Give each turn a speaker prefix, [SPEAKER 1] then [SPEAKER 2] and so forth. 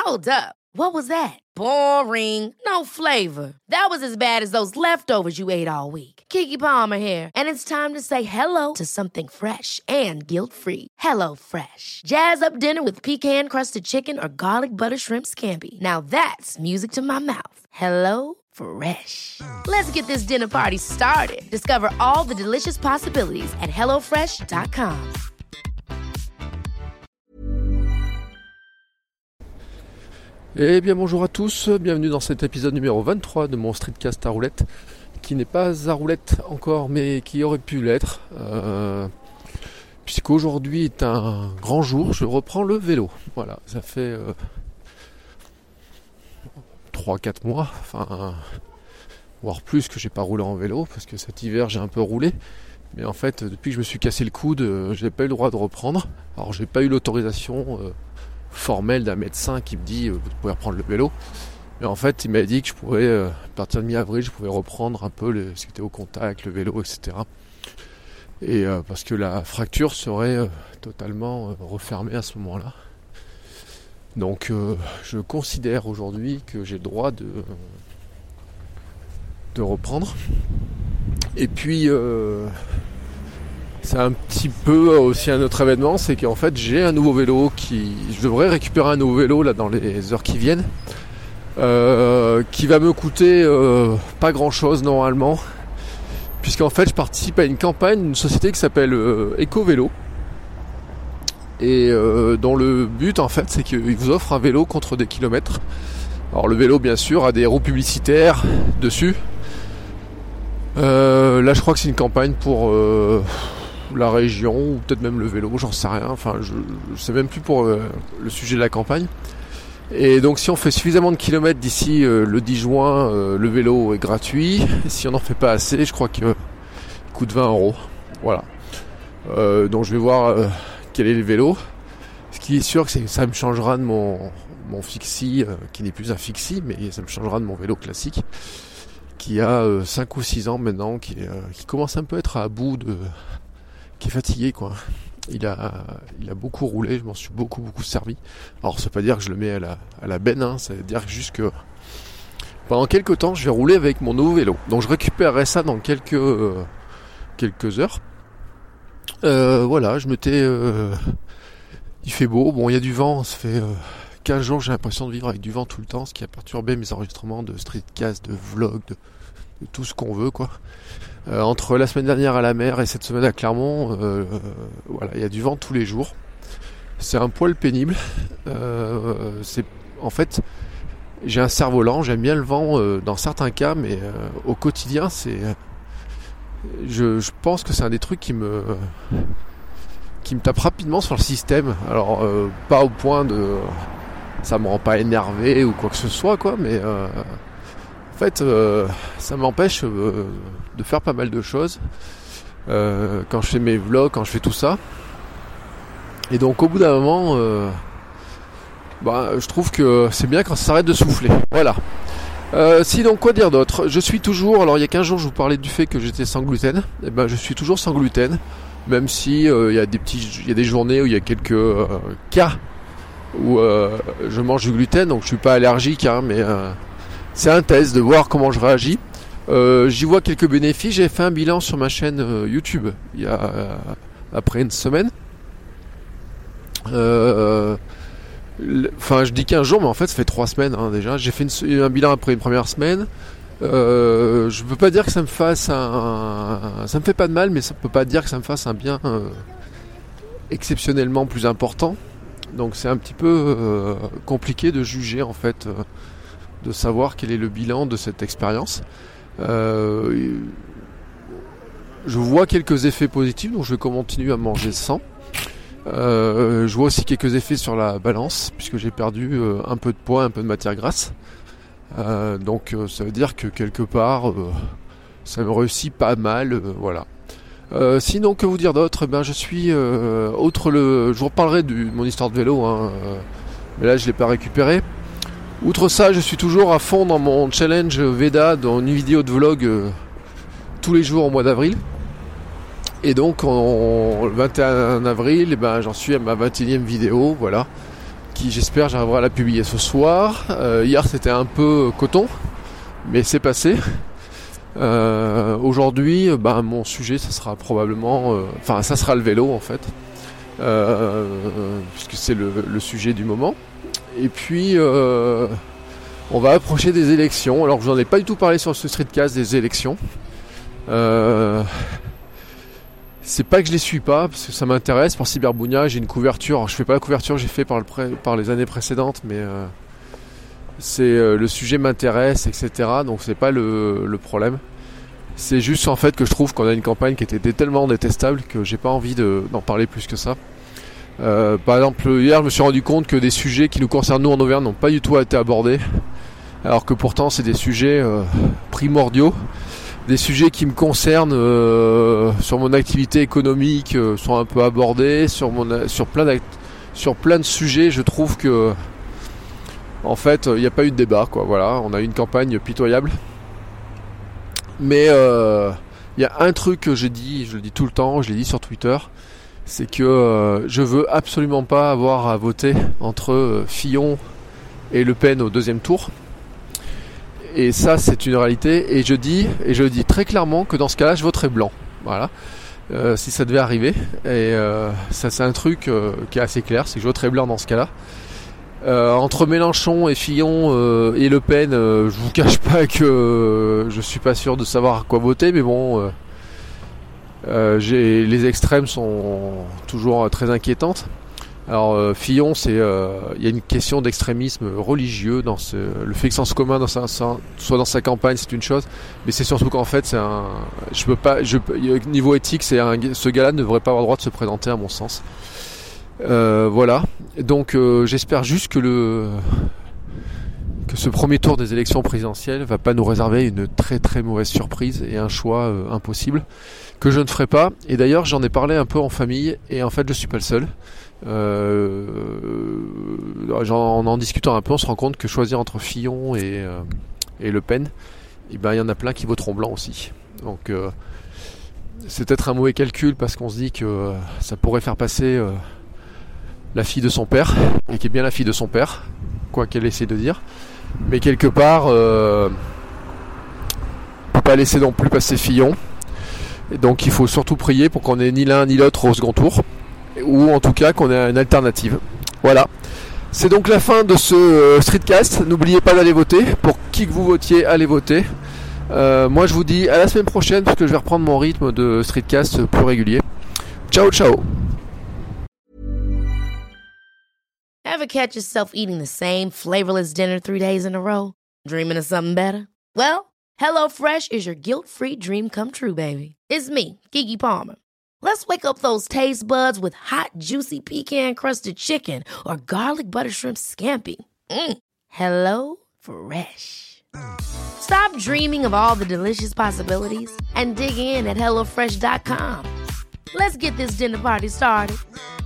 [SPEAKER 1] Hold up. What was that? Boring. No flavor. That was as bad as those leftovers you ate all week. Keke Palmer here, and it's time to say hello to something fresh and guilt-free. Hello Fresh. Jazz up dinner with pecan-crusted chicken or garlic butter shrimp scampi. Now that's music to my mouth. Hello Fresh. Let's get this dinner party started. Discover all the delicious possibilities at hellofresh.com.
[SPEAKER 2] Eh bien bonjour à tous, bienvenue dans cet épisode numéro 23 de mon streetcast à roulette, qui n'est pas à roulette encore mais qui aurait pu l'être, puisqu'aujourd'hui est un grand jour, je reprends le vélo. Voilà, ça fait 3-4 mois, enfin voire plus que j'ai pas roulé en vélo, parce que cet hiver j'ai un peu roulé, mais en fait depuis que je me suis cassé le coude, j'ai pas eu le droit de reprendre. Alors j'ai pas eu l'autorisation formel d'un médecin qui me dit vous pouvez reprendre le vélo, mais en fait il m'a dit que je pouvais à partir de mi-avril je pouvais reprendre un peu ce qui était au contact, le vélo, etc. Et parce que la fracture serait totalement refermée à ce moment-là. Donc je considère aujourd'hui que j'ai le droit de reprendre. Et puis c'est un petit peu aussi un autre événement, c'est qu'en fait j'ai un nouveau vélo je devrais récupérer un nouveau vélo là dans les heures qui viennent, qui va me coûter pas grand chose normalement, puisqu'en fait je participe à une campagne d'une société qui s'appelle Eco-Vélo, et dont le but en fait c'est qu'ils vous offrent un vélo contre des kilomètres. Alors le vélo bien sûr a des roues publicitaires dessus. Là je crois que c'est une campagne pour la région, ou peut-être même le vélo, j'en sais rien, enfin je sais même plus pour le sujet de la campagne. Et donc si on fait suffisamment de kilomètres d'ici le 10 juin, le vélo est gratuit. Et si on n'en fait pas assez, je crois qu'il coûte 20€. Voilà. Donc je vais voir quel est le vélo. Ce qui est sûr, c'est que ça me changera de mon fixie, qui n'est plus un fixie, mais ça me changera de mon vélo classique, qui a 5 ou 6 ans maintenant, qui commence un peu à être à bout qui est fatigué quoi. Il a beaucoup roulé, je m'en suis beaucoup servi. Alors ça veut pas dire que je le mets à la benne, hein, ça veut dire juste que pendant quelques temps je vais rouler avec mon nouveau vélo. Donc je récupérerai ça dans quelques heures. Voilà, il fait beau, bon il y a du vent, ça fait 15 jours j'ai l'impression de vivre avec du vent tout le temps, ce qui a perturbé mes enregistrements de streetcast, de vlog, de tout ce qu'on veut quoi. Entre la semaine dernière à la mer et cette semaine à Clermont, voilà, il y a du vent tous les jours. C'est un poil pénible. En fait, j'ai un cerf-volant, j'aime bien le vent dans certains cas, mais au quotidien, je pense que c'est un des trucs qui me tape rapidement sur le système. Alors, pas au point de... ça me rend pas énervé ou quoi que ce soit, quoi, mais... en fait, ça m'empêche de faire pas mal de choses quand je fais mes vlogs, quand je fais tout ça. Et donc au bout d'un moment, je trouve que c'est bien quand ça s'arrête de souffler. Voilà. Sinon, quoi dire d'autre ? Je suis toujours... Alors il y a 15 jours, je vous parlais du fait que j'étais sans gluten. Et ben je suis toujours sans gluten, même si il y a des journées où il y a quelques cas où je mange du gluten, donc je suis pas allergique, hein, mais... c'est un test de voir comment je réagis. J'y vois quelques bénéfices. J'ai fait un bilan sur ma chaîne YouTube il y a après une semaine. Je dis 15 jours, mais en fait ça fait 3 semaines hein, déjà. J'ai fait un bilan après une première semaine. Je peux pas dire que ça me fasse ça me fait pas de mal, mais ça peut pas dire que ça me fasse un bien exceptionnellement plus important. Donc c'est un petit peu compliqué de juger en fait. De savoir quel est le bilan de cette expérience. Je vois quelques effets positifs, donc je vais continuer à manger sans. Je vois aussi quelques effets sur la balance, puisque j'ai perdu un peu de poids, un peu de matière grasse. Donc ça veut dire que quelque part, ça me réussit pas mal, voilà. Sinon, que vous dire d'autre ? Je suis je vous reparlerai de mon histoire de vélo, hein, mais là je l'ai pas récupéré. Outre ça, je suis toujours à fond dans mon challenge Veda, dans une vidéo de vlog tous les jours au mois d'avril. Et donc le 21 avril, j'en suis à ma 21e vidéo, voilà. qui j'espère j'arriverai à la publier ce soir. Hier c'était un peu coton, mais c'est passé. Aujourd'hui, mon sujet ça sera probablement, ça sera le vélo en fait, puisque c'est le sujet du moment. Et puis on va approcher des élections. Alors je n'en ai pas du tout parlé sur ce streetcast des élections. C'est pas que je les suis pas, parce que ça m'intéresse. Pour Cyberbounia, j'ai une couverture. Alors, je fais pas la couverture que j'ai fait par les années précédentes, mais le sujet m'intéresse, etc. Donc c'est pas le problème. C'est juste en fait que je trouve qu'on a une campagne qui était tellement détestable que j'ai pas envie d'en parler plus que ça. Par exemple, hier, je me suis rendu compte que des sujets qui nous concernent nous en Auvergne n'ont pas du tout été abordés, alors que pourtant c'est des sujets primordiaux. Des sujets qui me concernent sur mon activité économique sont un peu abordés. Sur plein de sujets, je trouve que en fait, il n'y a pas eu de débat, quoi. Voilà, on a eu une campagne pitoyable. Mais il y a un truc que j'ai dit, je le dis tout le temps, je l'ai dit sur Twitter, c'est que je veux absolument pas avoir à voter entre Fillon et Le Pen au deuxième tour. Et ça, c'est une réalité. Et je dis très clairement que dans ce cas-là, je voterai blanc. Voilà. Si ça devait arriver. Et ça, c'est un truc qui est assez clair, c'est que je voterai blanc dans ce cas-là. Entre Mélenchon et Fillon et Le Pen, je vous cache pas que je suis pas sûr de savoir à quoi voter, mais bon, les extrêmes sont toujours très inquiétantes. Alors Fillon, il y a une question d'extrémisme religieux dans le fait que Sens Commun soit dans sa campagne, c'est une chose, mais c'est surtout qu'en fait niveau éthique, ce gars-là ne devrait pas avoir le droit de se présenter à mon sens. Voilà. Donc j'espère juste que ce premier tour des élections présidentielles va pas nous réserver une très très mauvaise surprise et un choix impossible que je ne ferai pas. Et d'ailleurs, j'en ai parlé un peu en famille et en fait, je suis pas le seul. En discutant un peu, on se rend compte que choisir entre Fillon et Le Pen, il y en a plein qui voteront blanc aussi. Donc c'est peut-être un mauvais calcul parce qu'on se dit que ça pourrait faire passer la fille de son père, et qui est bien la fille de son père, quoi qu'elle essaie de dire. Mais quelque part, on peut pas laisser non plus passer Fillon. Et donc il faut surtout prier pour qu'on ait ni l'un ni l'autre au second tour, ou en tout cas qu'on ait une alternative. Voilà. C'est donc la fin de ce streetcast. N'oubliez pas d'aller voter. Pour qui que vous votiez, allez voter. Moi je vous dis à la semaine prochaine, parce que je vais reprendre mon rythme de streetcast plus régulier. Ciao ciao.
[SPEAKER 1] Ever catch yourself eating the same flavorless dinner 3 days in a row? Dreaming of something better? Well, HelloFresh is your guilt-free dream come true, baby. It's me, Keke Palmer. Let's wake up those taste buds with hot, juicy pecan-crusted chicken or garlic butter shrimp scampi. Hello Fresh. Stop dreaming of all the delicious possibilities and dig in at HelloFresh.com. Let's get this dinner party started.